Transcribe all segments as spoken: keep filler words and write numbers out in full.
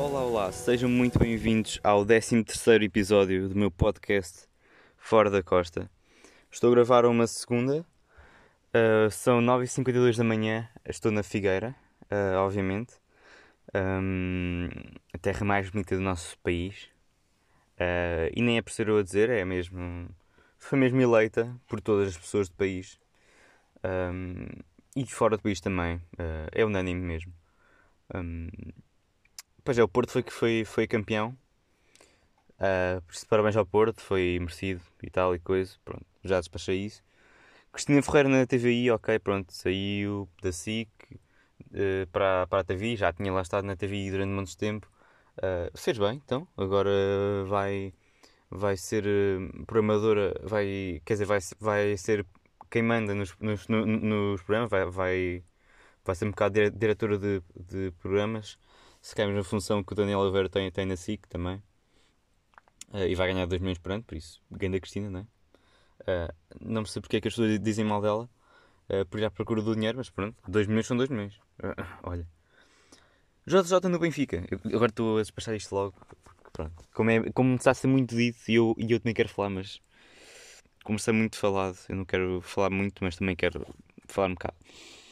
Olá, olá, sejam muito bem-vindos ao décimo terceiro episódio do meu podcast Fora da Costa. Estou a gravar uma segunda, uh, são nove e cinquenta e dois da manhã, estou na Figueira, uh, obviamente, um, a terra mais bonita do nosso país. Uh, e nem é por ser eu a dizer, é mesmo. Foi mesmo eleita por todas as pessoas do país, um, e de fora do país também, uh, é unânime mesmo. Um, Pois é, o Porto foi que foi, foi campeão. Uh, por isso, parabéns ao Porto, foi merecido e tal e coisa. Pronto, já despachei isso. Cristina Ferreira na T V I, ok, pronto, saiu da S I C uh, para, para a T V I, já tinha lá estado na T V I durante muito tempo. Uh, fez bem, então, agora vai, vai ser uh, programadora, vai, quer dizer, vai, vai ser quem manda nos, nos, no- nos programas, vai, vai, vai ser um bocado dire- diretora de, de programas, se calhar a mesma função que o Daniel Oliveira tem, tem na S I C também. Uh, e vai ganhar dois milhões por ano, por isso, ganho da Cristina, não é? Uh, não percebo porque é que as pessoas dizem mal dela, uh, por ir à procura do dinheiro, mas pronto, dois milhões são dois milhões. Uh, olha. J J no Benfica, eu, agora estou a despachar isto logo, porque pronto. Como, é, como está a ser muito dito e eu, e eu também quero falar, mas como está muito falado, eu não quero falar muito, mas também quero falar um bocado.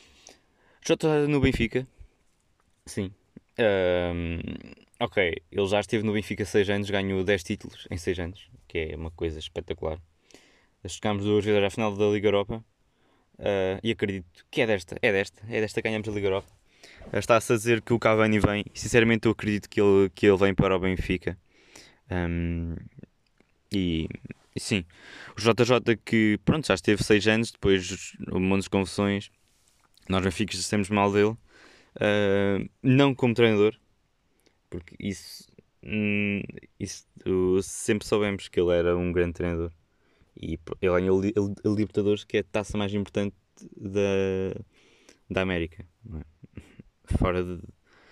J J no Benfica, sim. Um, ok, ele já esteve no Benfica seis anos, ganhou dez títulos em seis anos, que é uma coisa espetacular. Chegámos duas vezes à final da Liga Europa, uh, e acredito que é desta, é desta, é desta que ganhamos a Liga Europa. Uh, Está-se a dizer que o Cavani vem, e sinceramente eu acredito que ele, que ele vem para o Benfica. Um, e, e sim, o J J que pronto, já esteve seis anos, depois um monte de confusões, nós Benfica dissemos mal dele, uh, não como treinador, porque isso, hum, isso uh, sempre soubemos que ele era um grande treinador. E ele ganhou a Libertadores, que é a taça mais importante da, da América. Não é? Fora de.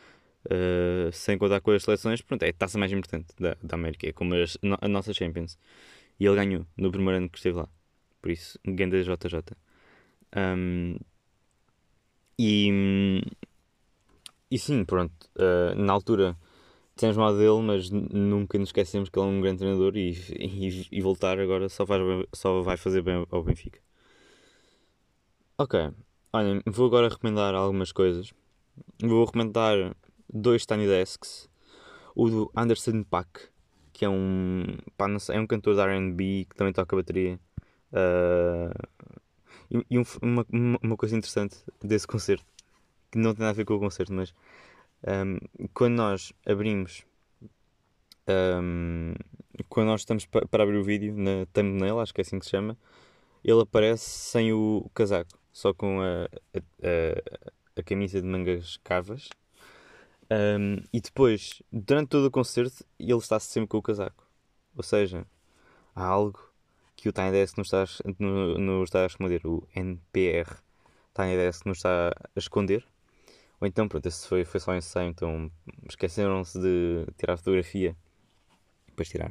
Uh, sem contar com as seleções, pronto, é a taça mais importante da, da América. É como as, a nossa Champions. E ele ganhou no primeiro ano que esteve lá. Por isso, Ganda J J. Um, e, e sim, pronto. Uh, na altura dissemos mal dele, mas nunca nos esquecemos que ele é um grande treinador. E, e, e voltar agora só, faz, só vai fazer bem ao Benfica. Ok, olhem, vou agora recomendar algumas coisas. Vou recomendar dois Tiny Desks. O do Anderson .Paak, que é um, pá, não sei, é um cantor de R and B que também toca bateria. Ah, e e um- uma, uma uma coisa interessante desse concerto, que não tem nada a ver com o concerto, mas ahm, quando nós abrimos, ahm, quando nós estamos pa- para abrir o vídeo na thumbnail, acho que é assim que se chama, ele aparece sem o casaco, só com a, a, a, a camisa de mangas cavas. Um, e depois, durante todo o concerto, ele está sempre com o casaco. Ou seja, há algo que o Tiny Desk nos está, a- no, nos está a responder. O N P R Tiny Desk nos está a esconder. Ou então, pronto, esse foi, foi só um ensaio. Então esqueceram-se de tirar a fotografia. Depois tiraram.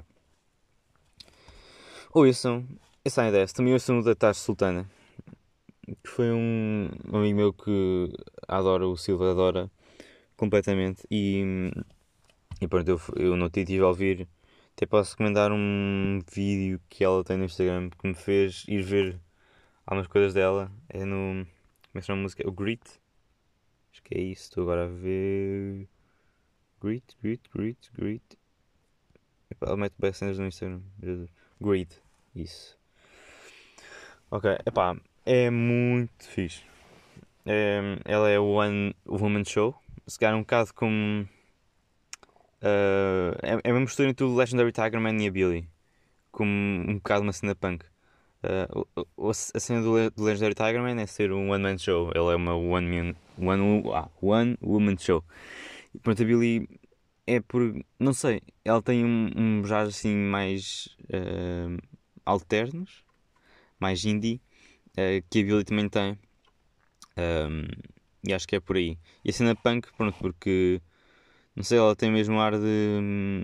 Ou ouçam, esse Tiny Desk. Também ouçam o da Tash Sultana. Que foi um, um amigo meu que adora o Silva, adora completamente. E, e pronto, eu, eu não tive a ouvir. Até posso recomendar um vídeo que ela tem no Instagram que me fez ir ver algumas coisas dela. É no. Como é que se chama a música? É o Grit. Acho que é isso. Estou agora a ver. Grit, Grit, Grit, Grit. Epá, ela mete bem cenas no Instagram. Jesus. Grit. Isso. Ok, epá. É muito fixe. É, ela é o One Woman Show. Se calhar um bocado como. ah, é, é uma mistura entre o Legendary Tiger Man e a Billy. Como um bocado uma cena punk. Uh, o- o- a cena do, Le- do Legendary Tiger Man é ser um one-man show. Ele é uma one-man one, ah, one woman show. E pronto, a Billy é por. Não sei, ela tem um, um jazz assim mais uh, alternos, mais indie, uh, que a Billy também tem. Um, e acho que é por aí. E a cena punk, pronto, porque não sei, ela tem mesmo ar de.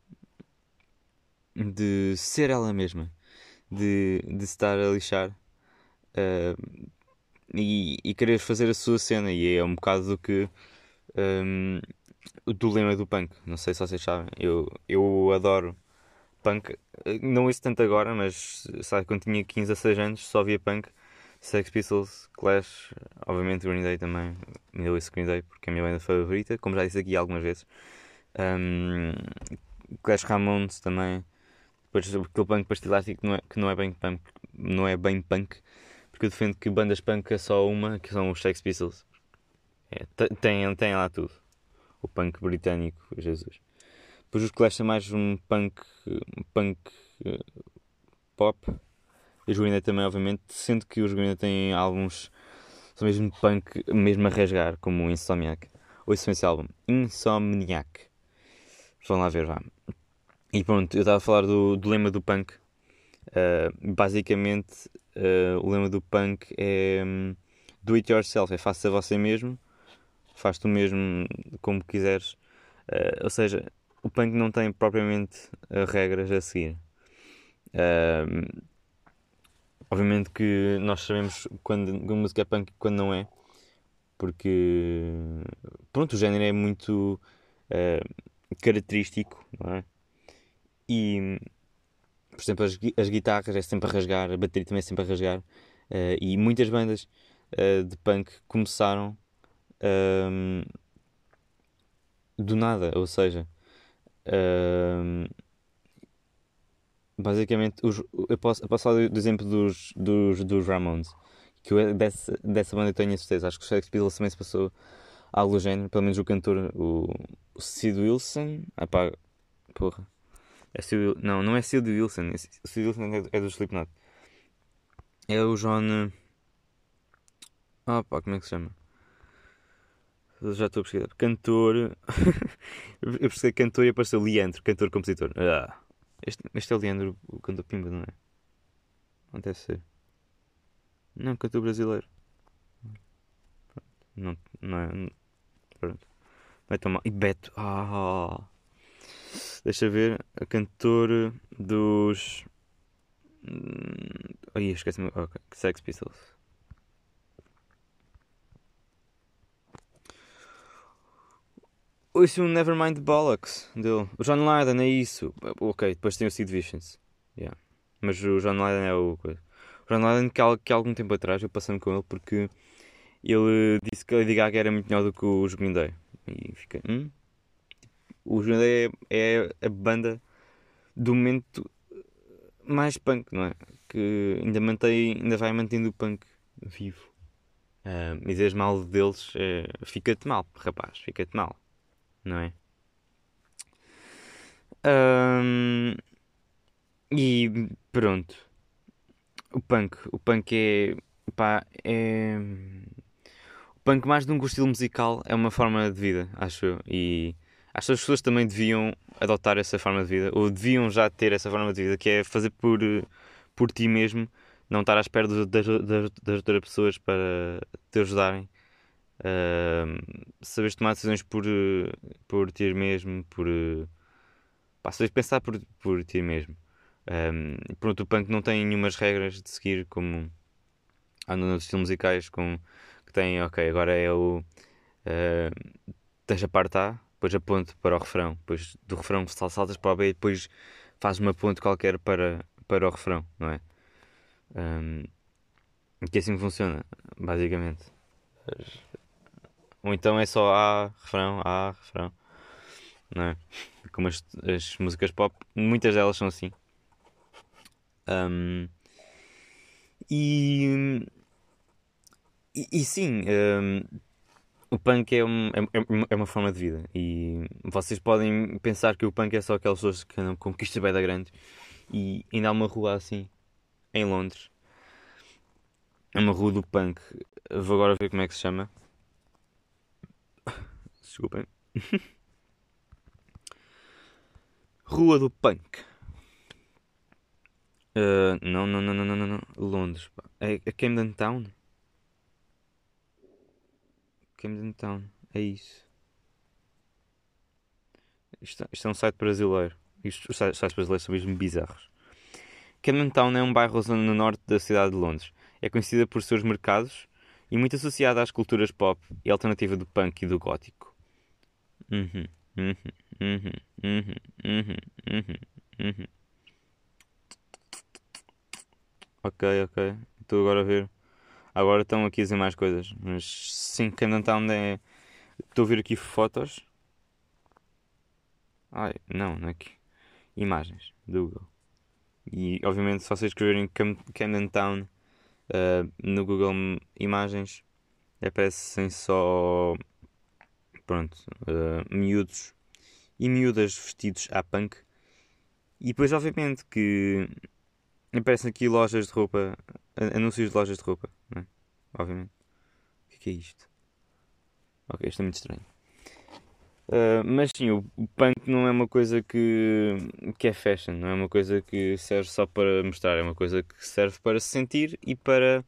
de ser ela mesma, de, de se estar a lixar. uh, e, e querer fazer a sua cena. E é um bocado do que, hum, o dilema do punk. Não sei se vocês sabem. Eu, eu adoro punk. Não ouço tanto agora, mas sabe, quando tinha quinze a seis anos só via punk. Sex Pistols, Clash, obviamente Green Day também. Ainda ouço Green Day porque é a minha banda favorita, como já disse aqui algumas vezes. Um, Clash Ramones também. Depois aquele punk pastilástico que não é, que não é bem punk, não é bem punk, porque eu defendo que bandas punk é só uma, que são os Sex Pistols. É, te- tem, tem lá tudo. O punk britânico, Jesus. Depois os Clash é mais um punk, um punk eh, pop. E os Green Day também, obviamente, sendo que os Green Day têm álbuns, são mesmo punk, mesmo a rasgar, como o Insomniac. Ouçam esse álbum, Insomniac. Vão lá ver, vá. E pronto, eu estava a falar do, do lema do punk. Uh, basicamente, uh, o lema do punk é um, do it yourself, é faça você mesmo, faz tu mesmo como quiseres. Uh, ou seja, o punk não tem propriamente uh, regras a seguir. Uh, obviamente que nós sabemos quando a música é punk e quando não é, porque pronto, o género é muito uh, característico, não é? E por exemplo, as, gui- as guitarras é sempre a rasgar, a bateria também é sempre a rasgar. Eh, e muitas bandas eh, de punk começaram ahm, do nada, ou seja, ahm, basicamente, os- eu posso, eu posso falar do, do exemplo dos, dos, dos Ramones, que eu, dessa, dessa banda eu tenho a certeza. Acho que o Sex Pistols também se passou algo do género, pelo menos o cantor, o, o Sid Wilson. Ah pá, porra. É Sid, Wil- não, não é Sid Wilson, é, o Sid Wilson é, é do Slipknot. É o John. Ah pá, como é que se chama? Eu já estou a pesquisar. Cantor. Eu pesquisei cantor e apareceu Leandro, cantor-compositor. Ah. Este, este é o Leandro, o cantor Pimba, não é? Não deve ser. Não, cantor brasileiro. Não, não é. Não, pronto. Não é tão mal. E Beto. Ah. Deixa ver. A cantor dos. Hum, Ai, esqueci-me. Ok. Sex Pistols. Ouço um Nevermind Bollocks dele. O John Lydon é isso. Ok, depois tem o Sid Vicious. Yeah. Mas o John Lydon é o coisa. O John Lydon que, há- que há algum tempo atrás eu passei-me com ele porque ele disse que a Lady Gaga era muito melhor do que os Green Day. E fiquei, hum? O Green Day é, é a banda do momento mais punk, não é? Que ainda mantém, ainda vai mantendo o punk vivo. Ah, e dizeres mal deles, é, fica-te mal, rapaz, fica-te mal, não é? Ahm, e pronto. O punk. O punk é. Pá, é. O punk, mais do que um estilo musical, é uma forma de vida, acho eu. E acho que as pessoas também deviam adotar essa forma de vida, ou deviam já ter essa forma de vida, que é fazer por, eh, por ti mesmo, não estar à espera dos- das, das, das outras pessoas para te ajudarem. Ahm, saberes tomar decisões por, eh, por ti mesmo, por. eh, Pá, saberes pensar por, por ti mesmo. Um, pronto, o punk não tem nenhumas regras de seguir como há nos estilos musicais com, que tem, ok, agora é o uh, tens a parte A, depois a ponte para o refrão, depois do refrão sal- saltas para o B e depois fazes uma ponte qualquer para, para o refrão, não é? Um, que é assim que funciona, basicamente. Ou então é só A, refrão, A, refrão, não é? Como as, as músicas pop, muitas delas são assim. Um, e, e, e sim, um, o punk é, um- é, é- é uma forma de vida. E vocês podem pensar que o punk é só aquelas pessoas que andam com conquistas bem da grandes. E ainda há uma rua assim, em Londres. É uma rua do punk. Vou agora ver como é que se chama. Desculpem. Rua do Punk. Ah, não, não, não, não, não, não, não. Londres, pá. É, é Camden Town? Camden Town. É isso. Isto, isto é um site brasileiro. Isto, os sites sites brasileiros são mesmo bizarros. Camden Town é um bairro zona no norte da cidade de Londres. É conhecida por seus mercados e muito associada às culturas pop e alternativa do punk e do gótico. Uhum, uhum, uhum, uhum, uhum, uhum, uhum. Ok, ok. Estou agora a ver. Agora estão aqui a dizer mais coisas. Mas sim, Camden Town é. Estou a ver aqui fotos. Ai, não, não é aqui. Imagens do Google. E obviamente se vocês escreverem Cam Camden Town uh, no Google Imagens aparecem só. Pronto. Uh, miúdos e miúdas vestidos à punk. E depois obviamente que aparecem aqui lojas de roupa. Anúncios de lojas de roupa. Não é? Obviamente. O que é que é isto? Ok, isto é muito estranho. Uh, mas sim, o, o punk não é uma coisa que, que é fashion, não é uma coisa que serve só para mostrar, é uma coisa que serve para se sentir e para.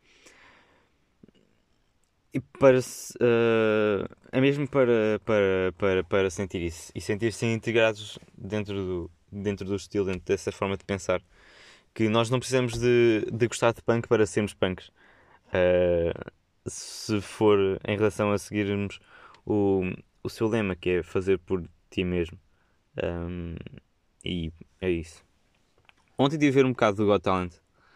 E para se, uh, é mesmo para, para, para, para sentir isso e sentir-se integrados dentro do, dentro do estilo, dentro dessa forma de pensar. Que nós não precisamos de, de gostar de punk para sermos punks. Uh, se for em relação a seguirmos o, o seu lema, que é fazer por ti mesmo. Um, e é isso. Ontem tive a ver um bocado do Got Talent.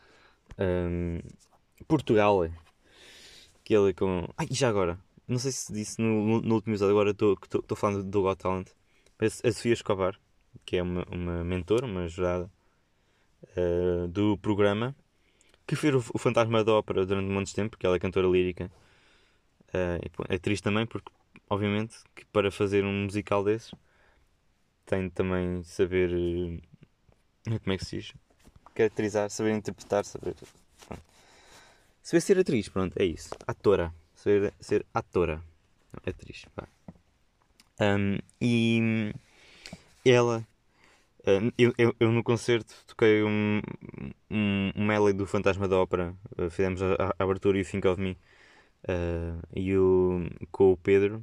Um, Portugal, é. Aquele com. Ai, e já agora? Não sei se disse no, no último episódio, agora estou falando do Got Talent. Mas a Sofia Escobar, que é uma, uma mentora, uma jurada uh, do programa, que fez o, o Fantasma da Ópera durante um monte de tempo, porque ela é cantora lírica. Uh, e, pô, é triste também, porque, obviamente, que para fazer um musical desses, tem de também saber. Uh, como é que se diz? Caracterizar, saber interpretar, saber. Pronto. Saber ser atriz, pronto, é isso. Atora. Saber ser atora. Não, atriz, pá. Um, e ela. um, eu, eu, eu no concerto toquei um, um, um medley do Fantasma da Ópera. Uh, fizemos a, a abertura e o Think of Me. Uh, e o, com o Pedro.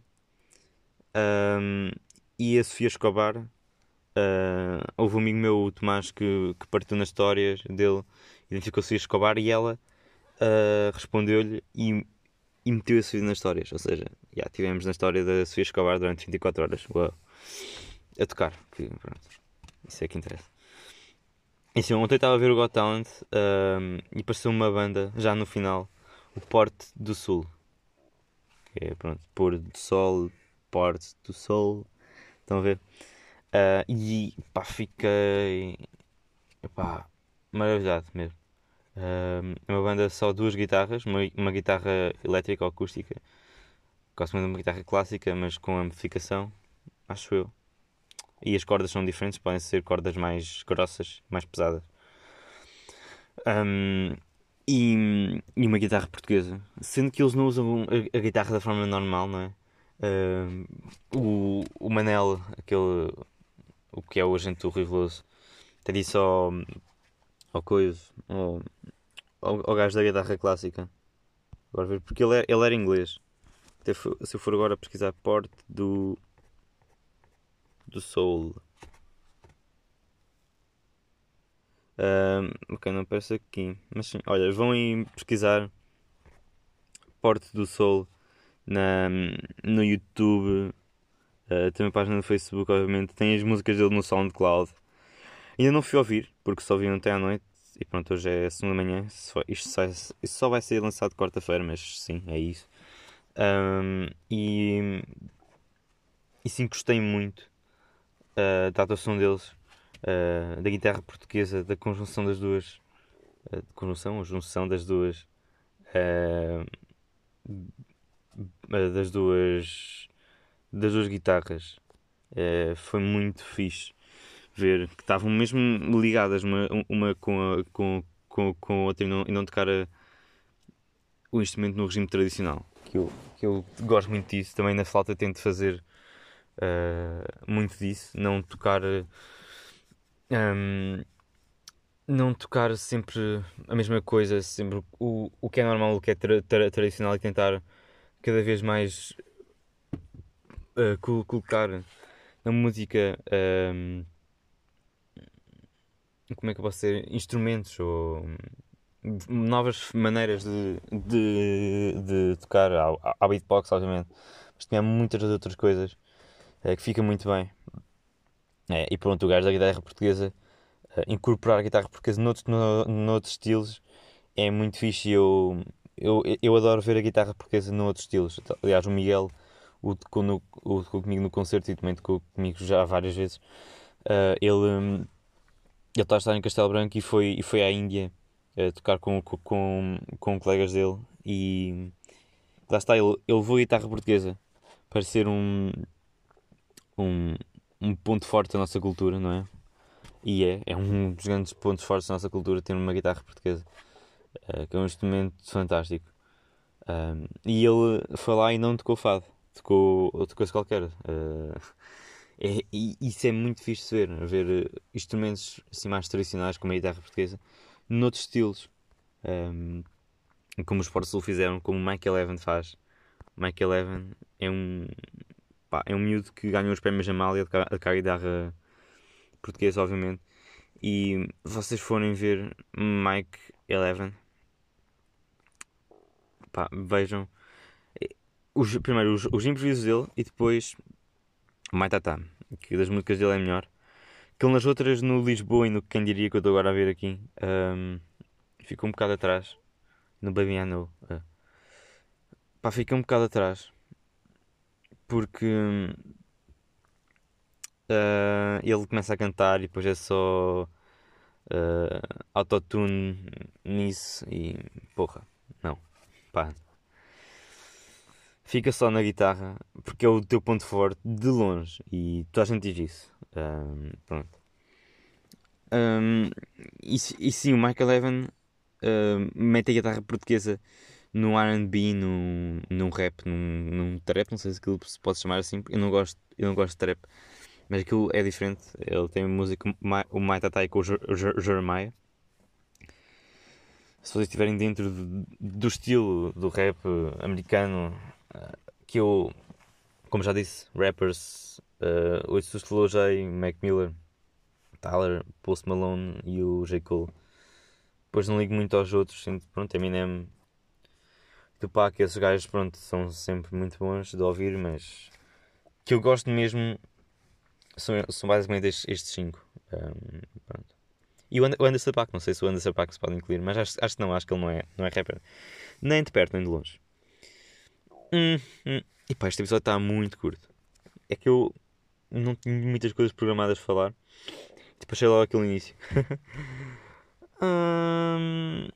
Um, e a Sofia Escobar. Uh, houve um amigo meu, o Tomás, que, que partiu nas histórias dele, identificou a Sofia Escobar e ela uh, respondeu-lhe e, e meteu a Sofia nas histórias. Ou seja, já tivemos na história da Sofia Escobar durante vinte e quatro horas. Uau. A tocar, que pronto, isso é que interessa. E sim, ontem estava a ver o Got Talent um, e apareceu uma banda, já no final, o Porte do Sul. Que é, pronto, pôr do sol, Porte do Sol. Estão a ver? Uh, e pá, fiquei epá, maravilhado mesmo. Um, é uma banda só duas guitarras, uma, uma guitarra elétrica ou acústica, gosto muito de uma guitarra clássica, mas com amplificação, acho eu. E as cordas são diferentes, podem ser cordas mais grossas, mais pesadas. Um, e, e uma guitarra portuguesa, sendo que eles não usam a, a guitarra da forma normal, não é? Um, o, o Manel, aquele, o que é o agente do Rui Veloso, até disse ao, ao coisa, ao, ao, ao gajo da guitarra clássica. Agora ver, porque ele, é, ele era inglês. Até fo- se eu for agora pesquisar porte do, do Soul. Ahm, ok, não aparece aqui. Mas sim, olha, vão aí pesquisar porte do Soul na, no YouTube. ah, tem uma página no Facebook, obviamente. Tem as músicas dele no SoundCloud. Ainda não fui ouvir, porque só vi ontem à noite. E pronto, hoje é segunda manhã. Só- Isto, sai- isto só vai ser lançado quarta-feira, mas sim, é isso. Ahm, e, e sim, gostei muito ah, da atuação deles, ah, da guitarra portuguesa, da conjunção das duas, ah, de conjunção ou junção das duas, ah, ah, das duas, das duas guitarras. Ah, foi muito fixe ver que estavam mesmo ligadas uma, uma com, a, com, com, com a outra e não, e não tocar a- o instrumento no regime tradicional. Que eu, que eu gosto muito disso. Também na flauta tento fazer ah, muito disso. Não tocar. ahm, não tocar sempre a mesma coisa, sempre o, o que é normal, o que é tra- tra- tradicional e tentar cada vez mais ah, col- colocar na música, ahm, como é que eu posso dizer, instrumentos ou novas maneiras de, de, de tocar ao, ao beatbox, obviamente, mas tinha muitas outras coisas uh, que fica muito bem. É, e pronto, o gajo da guitarra portuguesa, uh, incorporar a guitarra portuguesa noutros, no, noutros estilos é muito fixe. E eu, eu, eu adoro ver a guitarra portuguesa noutros estilos. Aliás, o Miguel, o que tocou, no, o que tocou comigo no concerto e também tocou comigo já várias vezes, uh, ele, um, ele está a estar em Castelo Branco e foi, e foi à Índia uh, tocar com, com, com, com colegas dele. E lá está, ele, ele levou a guitarra portuguesa para ser um, um, um ponto forte da nossa cultura, não é? E é, é um dos grandes pontos fortes da nossa cultura ter uma guitarra portuguesa, uh, que é um instrumento fantástico. Um, e ele foi lá e não tocou fado, tocou outra coisa qualquer. Uh, é, e isso é muito fixe de ver, ver uh, instrumentos assim mais tradicionais, como a guitarra portuguesa, noutros estilos. Um, como os Sport Sul fizeram, como o Michael Evan faz. O Michael Evan é um, pá, é um miúdo que ganhou os prémios Amália de ca- a guitarra portuguesa, obviamente. E vocês forem ver Mike Eleven, pá, vejam eh, os, primeiro os, os improvisos dele e depois o Maitatá, que das músicas dele é melhor. Que ele nas outras, no Lisboa e no Quem Diria, que eu estou agora a ver aqui, ahm, ficou um bocado atrás. No Baby I Know. ah. Pá, fica um bocado atrás. Porque hum, ah, ele começa a cantar e depois é só ah, autotune nisso e porra, não, pá, fica só na guitarra porque é o teu ponto forte de longe e toda a gente diz isso. Ahm, pronto. Ahm, e, si- e sim, o Michael Evan ahm, mete a guitarra portuguesa num R and B, num, num rap, num, num trap, não sei se aquilo se pode chamar assim, eu não gosto, eu não gosto de trap, mas aquilo é diferente. Ele tem música, o Mai Tatai com o Jer- Jer- Jeremiah. Se vocês estiverem dentro do, do estilo do rap americano, ah, que eu, como já disse, rappers, uh, ouço os Flow J, Mac Miller, Tyler, Post Malone e o J. Cole. Depois não ligo muito aos outros, sinto, pronto, Eminem, Tupac, esses gajos, pronto, são sempre muito bons de ouvir, mas que eu gosto mesmo são, são basicamente estes, estes cinco. Um, pronto. E o And- o Anderson Paak, não sei se o Anderson Paak se pode incluir, mas acho, acho que não, acho que ele não é, não é rapper, nem de perto nem de longe. Hum, hum. E pá, este episódio está muito curto. É que eu não tinha muitas coisas programadas a falar. Tipo, achei logo aquele início. Hum,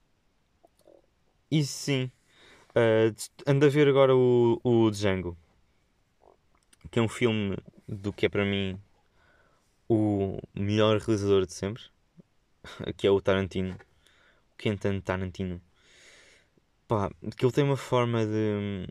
isso sim. Uh, ando a ver agora o, o Django, que é um filme do que é para mim o melhor realizador de sempre, que é o Tarantino, o Quentin Tarantino. Pá, que ele tem uma forma de,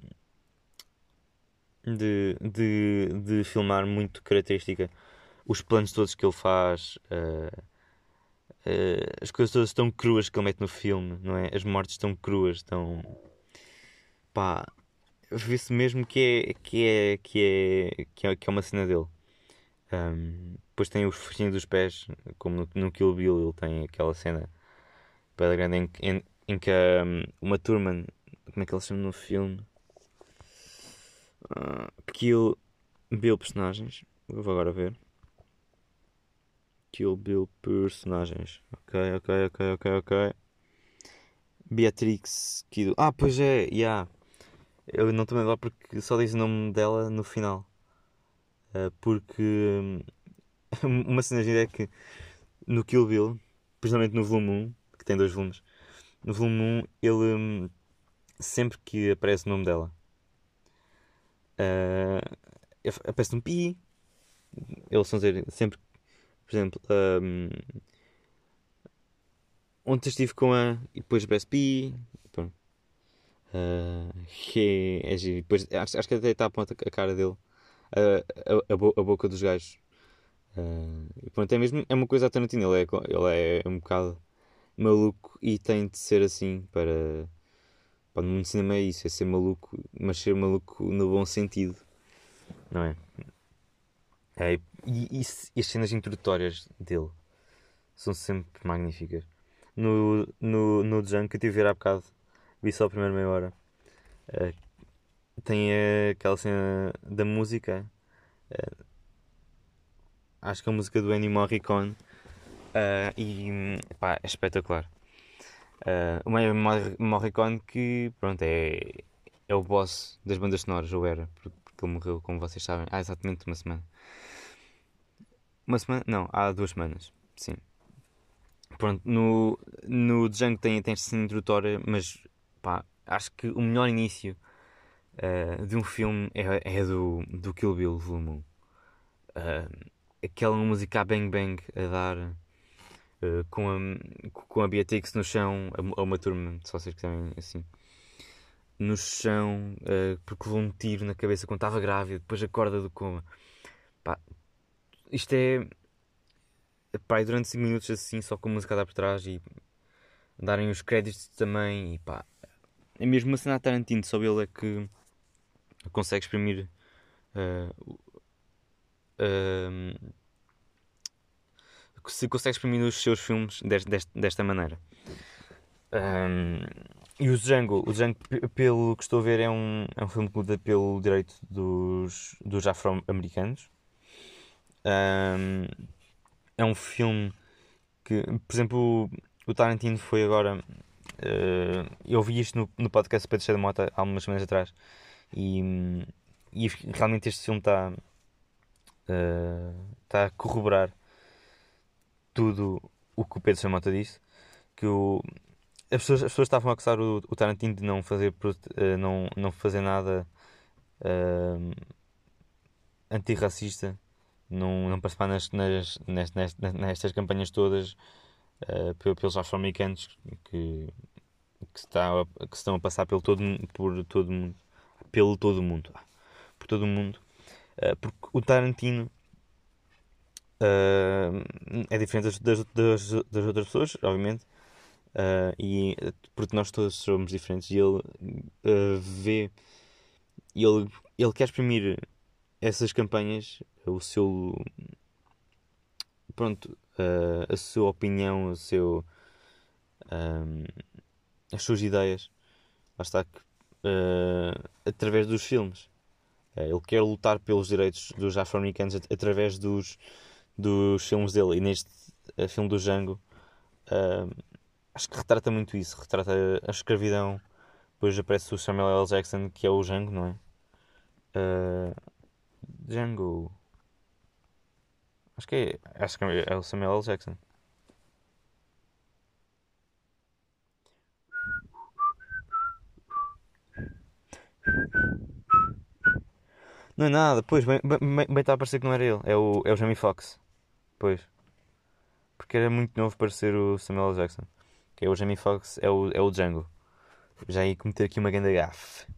de, de, de filmar muito característica. Os planos todos que ele faz, uh, uh, as coisas todas estão cruas que ele mete no filme, não é? As mortes estão cruas, estão. Pá, vê-se mesmo que é, que é, que é, que é, que é uma cena dele. Um, depois tem os focinhos dos pés, como no, no Kill Bill, ele tem aquela cena pela grande em, em, em que um, uma turma, como é que ele se chama no filme? Uh, Kill Bill personagens. Vou agora ver. Kill Bill personagens. Ok, ok, ok, ok, ok. Beatrix Kiddo. Ah, pois é, já. Yeah. Eu não estou a lembrar porque só diz o nome dela no final. Uh, porque hum, uma cena gira é que no Kill Bill, principalmente no volume um, que tem dois volumes, no volume um ele hum, sempre que aparece o nome dela, uh, aparece um pi. Eles estão a dizer sempre, por exemplo, hum, ontem estive com a. E depois aparece pi. Pronto. Uh, que é, é giro. Depois, acho, acho que até está a ponta a cara dele, a, a, a, bo- a boca dos gajos. Uh, e pronto, é mesmo, é uma coisa a Tarantino. Ele é, co- ele é um bocado maluco e tem de ser assim para. Pá, no cinema é isso, é ser maluco, mas ser maluco no bom sentido, não é? É, e, e, se- e as cenas introdutórias dele são sempre magníficas. No, no, no Django que eu tive a ver há bocado, vi só a primeira meia hora. Uh, tem uh, aquela cena da música Uh, acho que é a música do Ennio Morricone. Uh, e pá, é espetacular. Uh, o Ennio Morricone que pronto, é, é o boss das bandas sonoras, ou era, porque ele morreu, como vocês sabem, há exatamente uma semana. Uma semana? Não, há duas semanas, sim. Pronto, no, no Django tem, tem esta cena introdutória, mas pá, acho que o melhor início uh, de um filme é, é do, do Kill Bill Volume um. Uh, aquela música a Bang Bang a dar uh, com, a, com a Beatrix no chão, a, a uma turma, se vocês quiserem assim, no chão, uh, porque levou um tiro na cabeça quando estava grávida, depois acorda do coma. Pá, isto é. Pá, e durante cinco minutos assim, só com a música a dar por trás e darem os créditos também. E pá, é mesmo uma cena a Tarantino, só ele é que consegue exprimir. Uh, uh, se consegue exprimir os seus filmes desta, desta, desta maneira. Um, e o Django, o Django, pelo que estou a ver, é um, é um filme que luta pelo direito dos, dos afro-americanos. Um, é um filme que, por exemplo, o, o Tarantino foi agora. Uh, eu ouvi isto no, no podcast do Pedro Cheio da Mota há umas semanas atrás e, e realmente este filme está uh, tá a corroborar tudo o que o Pedro Cheio da Mota disse. Que o, as, pessoas, as pessoas estavam a acusar o, o Tarantino de não fazer, uh, não, não fazer nada uh, antirracista, não, não participar nas, nas, nestas, nestas campanhas todas uh, pelos afro-americanos que, que, está, que se estão a passar pelo todo, por todo mundo, pelo todo mundo, por todo o mundo, uh, porque o Tarantino uh, é diferente das, das, das outras pessoas, obviamente, uh, e porque nós todos somos diferentes e ele uh, vê, ele, ele quer exprimir essas campanhas, o seu pronto, uh, a sua opinião, o seu, um, as suas ideias, lá está que, uh, através dos filmes. Uh, ele quer lutar pelos direitos dos afro-americanos at- através dos, dos filmes dele. E neste uh, filme do Django, uh, acho que retrata muito isso. Retrata a escravidão. Depois aparece o Samuel L. Jackson, que é o Django, não é? Uh, Django. Acho que é, acho que é o Samuel L. Jackson. Não é nada, pois, bem, bem, bem, bem está a parecer que não era ele. É o, é o Jamie Foxx. Pois. Porque era muito novo para ser o Samuel L. Jackson. Que é o Jamie Foxx, é o, é o Django. Já ia cometer aqui uma grande gafe.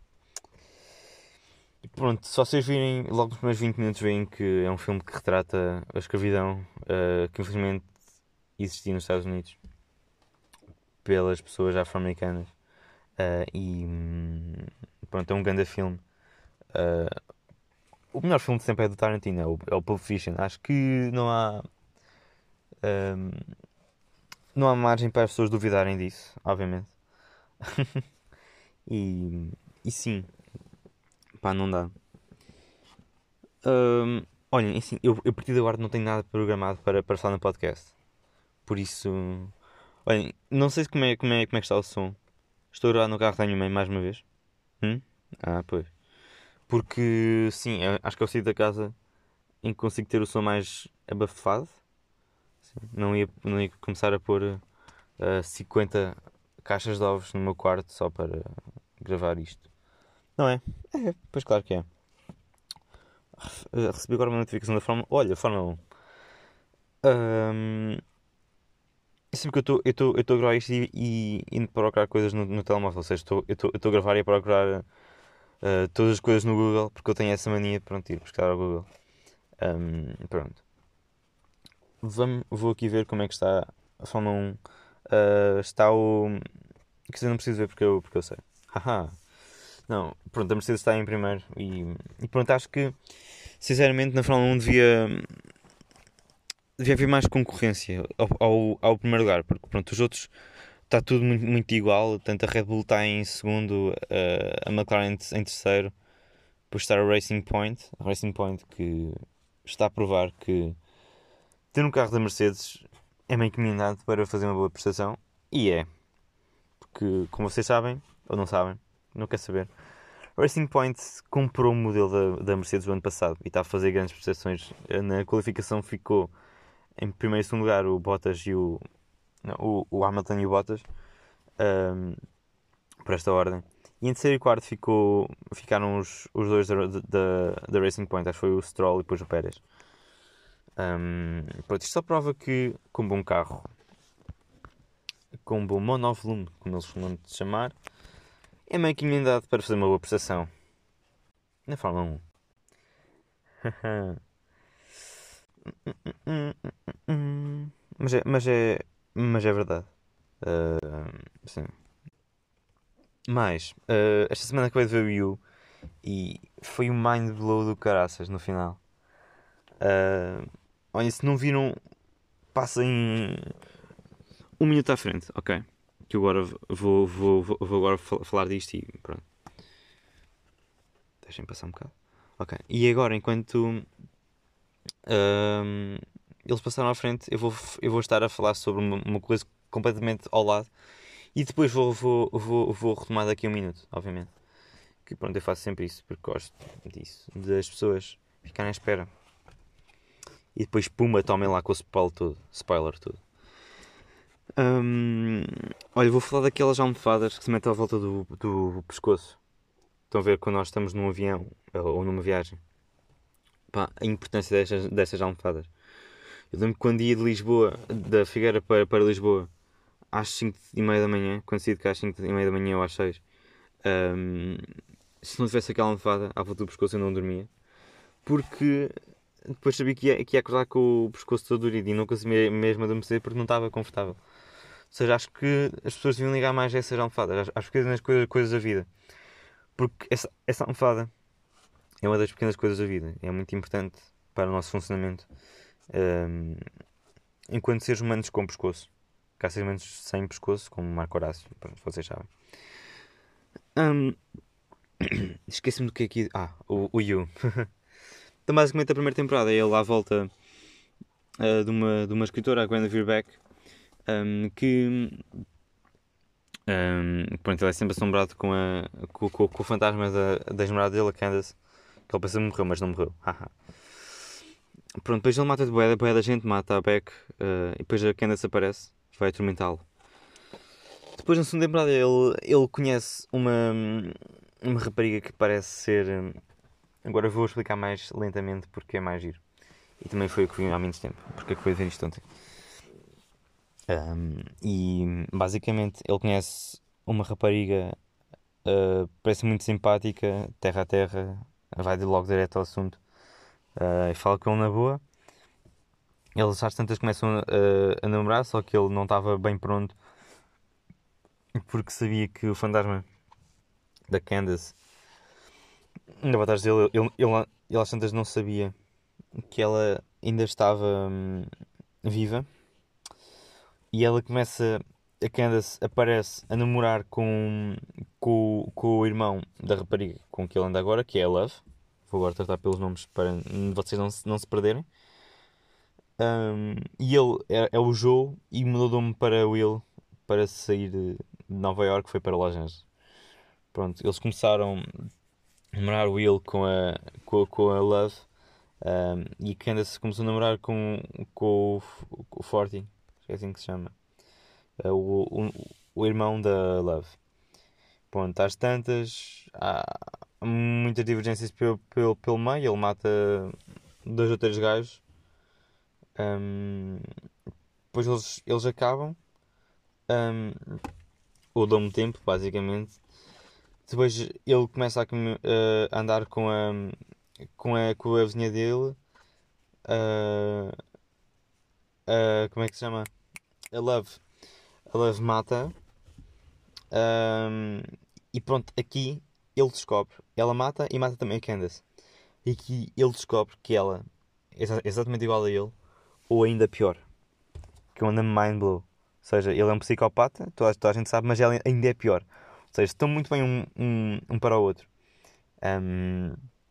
E pronto, se vocês virem, logo nos primeiros vinte minutos veem que é um filme que retrata a escravidão, uh, que infelizmente existia nos Estados Unidos pelas pessoas afro-americanas. Uh, e hum, pronto, é um grande filme. Uh, o melhor filme de sempre é do Tarantino, é o, é o Pulp Fiction. Acho que não há um, não há margem para as pessoas duvidarem disso, obviamente. e, e sim, pá, não dá. Um, olhem, assim, eu, eu a partir de agora não tenho nada programado para, para falar no podcast. Por isso, olhem, não sei como é, como é, como é que está o som. Estou a gravar no carro da minha mãe mais uma vez. Hum? Ah, pois. Porque, sim, eu acho que é o sítio da casa em que consigo ter o som mais abafado. Sim, Não ia, não ia começar a pôr uh, cinquenta caixas de ovos no meu quarto só para gravar isto. Não é? É, pois claro que é. Uh, Recebi agora uma notificação da Fórmula. Olha, Fórmula um. Ahm, é sempre que eu estou eu estou a gravar isto e, e indo procurar coisas no, no telemóvel. Ou seja, estou- eu estou a gravar e a procurar uh, todas as coisas no Google porque eu tenho essa mania de pronto, ir buscar ao Google. Ahm, pronto. Vamos, vou aqui ver como é que está a Fórmula um. Ah, está o. Quer dizer, não preciso ver porque eu, porque eu sei. Haha. Não, pronto, a Mercedes está em primeiro e, e pronto, acho que sinceramente na Fórmula um devia, devia haver mais concorrência ao, ao, ao primeiro lugar, porque pronto, os outros está tudo muito, muito igual, tanto a Red Bull está em segundo, ah, a McLaren em terceiro, Depois está a Racing Point, a Racing Point que está a provar que ter um carro da Mercedes é meio caminhado para fazer uma boa prestação. E é. Porque, como vocês sabem, ou não sabem, não quer saber, a Racing Point comprou o modelo da, da Mercedes no ano passado e está a fazer grandes prestações. Na qualificação ficou em primeiro e segundo lugar o Bottas e o, não, o, o Hamilton e o Bottas, um, por esta ordem. E em terceiro e quarto ficou, ficaram os, os dois da, da, da Racing Point, acho que foi o Stroll e depois o Pérez. Um, pronto, isto só prova que com um bom carro, com um bom monovolume, como eles costumam chamar, é meio que emendado para fazer uma boa prestação na Fórmula um. mas, é, mas, é, mas é verdade. Uh, sim. Mas, uh, esta semana acabei de ver o You e foi um mind blow do caraças no final. Uh, olha, se não viram, passem um minuto à frente, ok? Que eu agora vou, vou, vou, vou agora falar disto e pronto. Deixem passar um bocado. Ok. E agora, enquanto um, eles passaram à frente, eu vou, eu vou estar a falar sobre uma, uma coisa completamente ao lado. E depois vou, vou, vou, vou retomar daqui a um minuto, obviamente. Que pronto, eu faço sempre isso, porque gosto disso. Das pessoas ficarem à espera. E depois, puma, tomem lá com o spoiler todo. Spoiler todo. Um, olha, vou falar daquelas almofadas que se metem à volta do, do pescoço. Estão a ver quando nós estamos num avião ou numa viagem. Pá, a importância destas, destas almofadas. Eu lembro que quando ia de Lisboa, da Figueira para, para Lisboa, às cinco e meia da manhã, quando saí de cá às cinco e meia da manhã ou às seis, um, se não tivesse aquela almofada à volta do pescoço eu não dormia. Porque depois sabia que ia, que ia acordar com o pescoço todo dorido e não conseguia mesmo adormecer porque não estava confortável. Ou seja, acho que as pessoas deviam ligar mais a essas almofadas, às pequenas coisas, coisas da vida. Porque essa, essa almofada é uma das pequenas coisas da vida. É muito importante para o nosso funcionamento um, enquanto seres humanos com pescoço. Que há seres humanos sem pescoço, como Marco Horácio, pronto, vocês sabem. Um, Esqueci-me do que é que... Ah, o, o You. Então basicamente a primeira temporada é ele à volta uh, de, uma, de uma escritora, a Gwenda Verbeek, um, que... Um, pronto, ele é sempre assombrado com, a, com, com, com o fantasma da, da ex-namorada dele, a Candace, que ele pensa que morreu, mas não morreu. Pronto, depois ele mata de boeda, a boeda da gente mata a Beck, uh, e depois a Candace aparece, vai atormentá-lo. Depois na segunda temporada ele, ele conhece uma, uma rapariga que parece ser... Agora vou explicar mais lentamente porque é mais giro. E também foi o que vi há menos tempo, porque acabei de ver isto ontem. Um, e basicamente ele conhece uma rapariga, uh, parece muito simpática, terra a terra, vai logo direto ao assunto, uh, e fala com ele na boa. Eles às tantas começam a, a namorar, só que ele não estava bem pronto porque sabia que o fantasma da Candace ainda vai atrás dele. Ele, ele, ele às tantas não sabia que ela ainda estava hum, viva. E ela começa, a Candace aparece a namorar com, com, com o irmão da rapariga com que ele anda agora, que é a Love. Vou agora tratar pelos nomes para vocês não se, não se perderem. Um, e ele é, é o Joe e mudou de nome para Will para sair de Nova York, foi para Los Angeles. Pronto, eles começaram a namorar o Will com a, com, com a Love, um, e a Candace começou a namorar com, com, o, com o Forty, é assim que se chama, é o, o, o irmão da Love. Pronto, às tantas, há muitas divergências pelo, pelo, pelo meio, ele mata dois ou três gajos. Um, depois eles, eles acabam, um, ou dão-me tempo, basicamente. Depois ele começa a, a andar com a, com a, com a vizinha dele, uh, uh, como é que se chama? A Love. A Love mata, um, e pronto, aqui ele descobre, ela mata e mata também a Candace. E aqui ele descobre que ela é exatamente igual a ele, ou ainda pior, que eu ando mind blow. Ou seja, ele é um psicopata, toda, toda a gente sabe, mas ela ainda é pior. Ou seja, estão muito bem um, um, um para o outro. Um,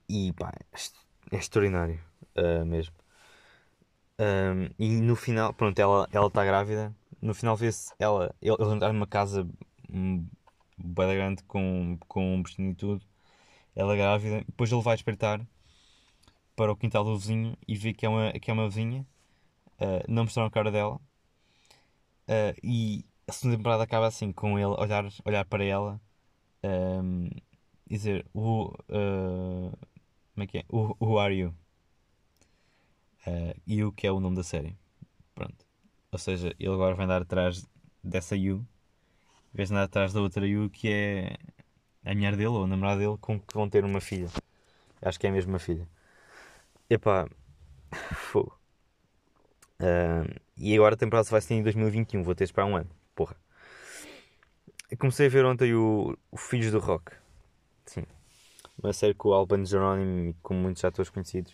E pá, é extraordinário, uh, mesmo. Um, e no final, pronto, ela ela está grávida. No final vê-se ela, ele- eles entraram numa casa um, bué da grande com, com um piscina e tudo. Ela grávida, depois ele vai espreitar para o quintal do vizinho e vê que é uma, que é uma vizinha. Uh, não mostraram a cara dela. Uh, e a segunda temporada acaba assim, com ele olhar, olhar para ela, um, e dizer: who, uh, como é que é? Who, who are you? Uh, e o que é o nome da série. Pronto. Ou seja, ele agora vai andar atrás dessa You, em vez de andar atrás da outra You, que é a mulher dele ou a namorada dele, com que vão ter uma filha. Acho que é mesmo uma filha. Epá, fogo. Ah, e agora a temporada só vai ser em dois mil e vinte e um, vou ter de esperar um ano. Porra. Eu comecei a ver ontem o, o Filhos do Rock. Sim. Uma série com o Albano Jerónimo e com muitos atores conhecidos.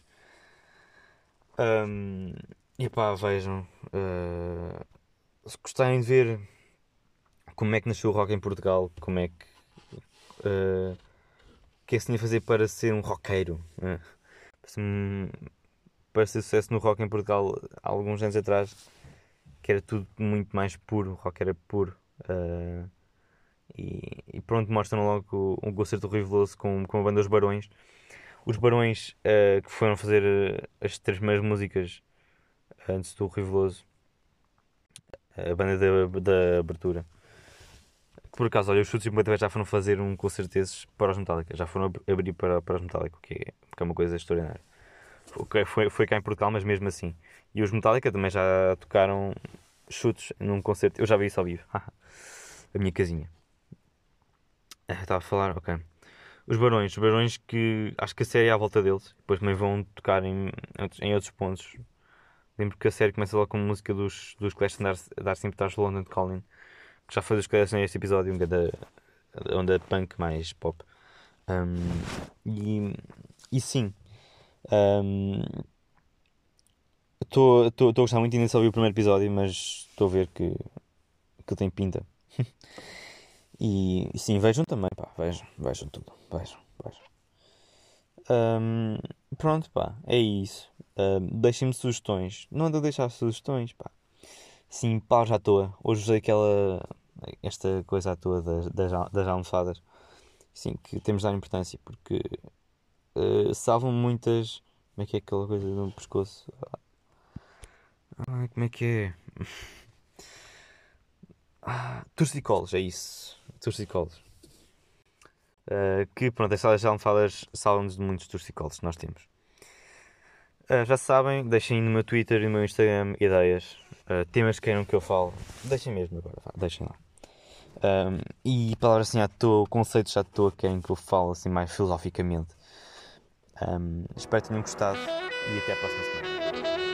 Um, epá, vejam. ah, se gostarem de ver como é que nasceu o rock em Portugal, como é que. ah, o que é que se tinha a fazer para ser um roqueiro? né? Parece-me- Para ser sucesso no rock em Portugal há alguns anos atrás, que era tudo muito mais puro, o rock era puro. ah, e, e pronto, mostram logo o, o concerto do Rui Veloso com, com a banda Os Barões. Os Barões, ah, que foram fazer ah, as três primeiras músicas antes do Rui Veloso, a banda da, da abertura. Por acaso, olha, os Chutes e Pontapés já foram fazer um concerto desses para os Metallica, já foram ab- abrir para, para os Metallica, o que é, que é uma coisa extraordinária. Foi, foi, foi cá em Portugal, mas mesmo assim. E os Metallica também já tocaram Chutes num concerto, eu já vi isso ao vivo, a minha casinha. Ah, estava a falar, ok. Os Barões, os Barões que acho que a série é à volta deles, depois também vão tocar em, em outros pontos. Lembro que a série começa logo com a música dos, dos Clash Dar, Dar Sempre Estás London Calling, que já foi dos Clash neste episódio, um da onda punk mais pop. Um, e, e sim, estou um, a gostar muito, ainda só vi o primeiro episódio, mas estou a ver que, que tem pinta. E, e sim, vejam também, pá, vejam, vejam tudo, vejam, vejam. Um, pronto, pá, é isso. Um, deixem-me sugestões. Não ando a deixar sugestões, pá. Sim, paus à toa. Hoje usei aquela, esta coisa à toa das, das, al- das almofadas. Sim, que temos de dar importância, porque uh, salvam muitas. Como é que é aquela coisa no pescoço? Ai, como é que é? Ah, torcicolos, é isso. Torcicolos. Uh, que pronto, estas almofadas salvam-nos de muitos torcicolos que nós temos. Uh, já sabem, deixem no meu Twitter e no meu Instagram ideias, uh, temas que queiram que eu fale. Deixem mesmo agora, vá, deixem lá. Um, e palavras assim à toa, conceitos à toa que querem que eu fale assim mais filosoficamente. Um, espero que tenham gostado e até à próxima semana.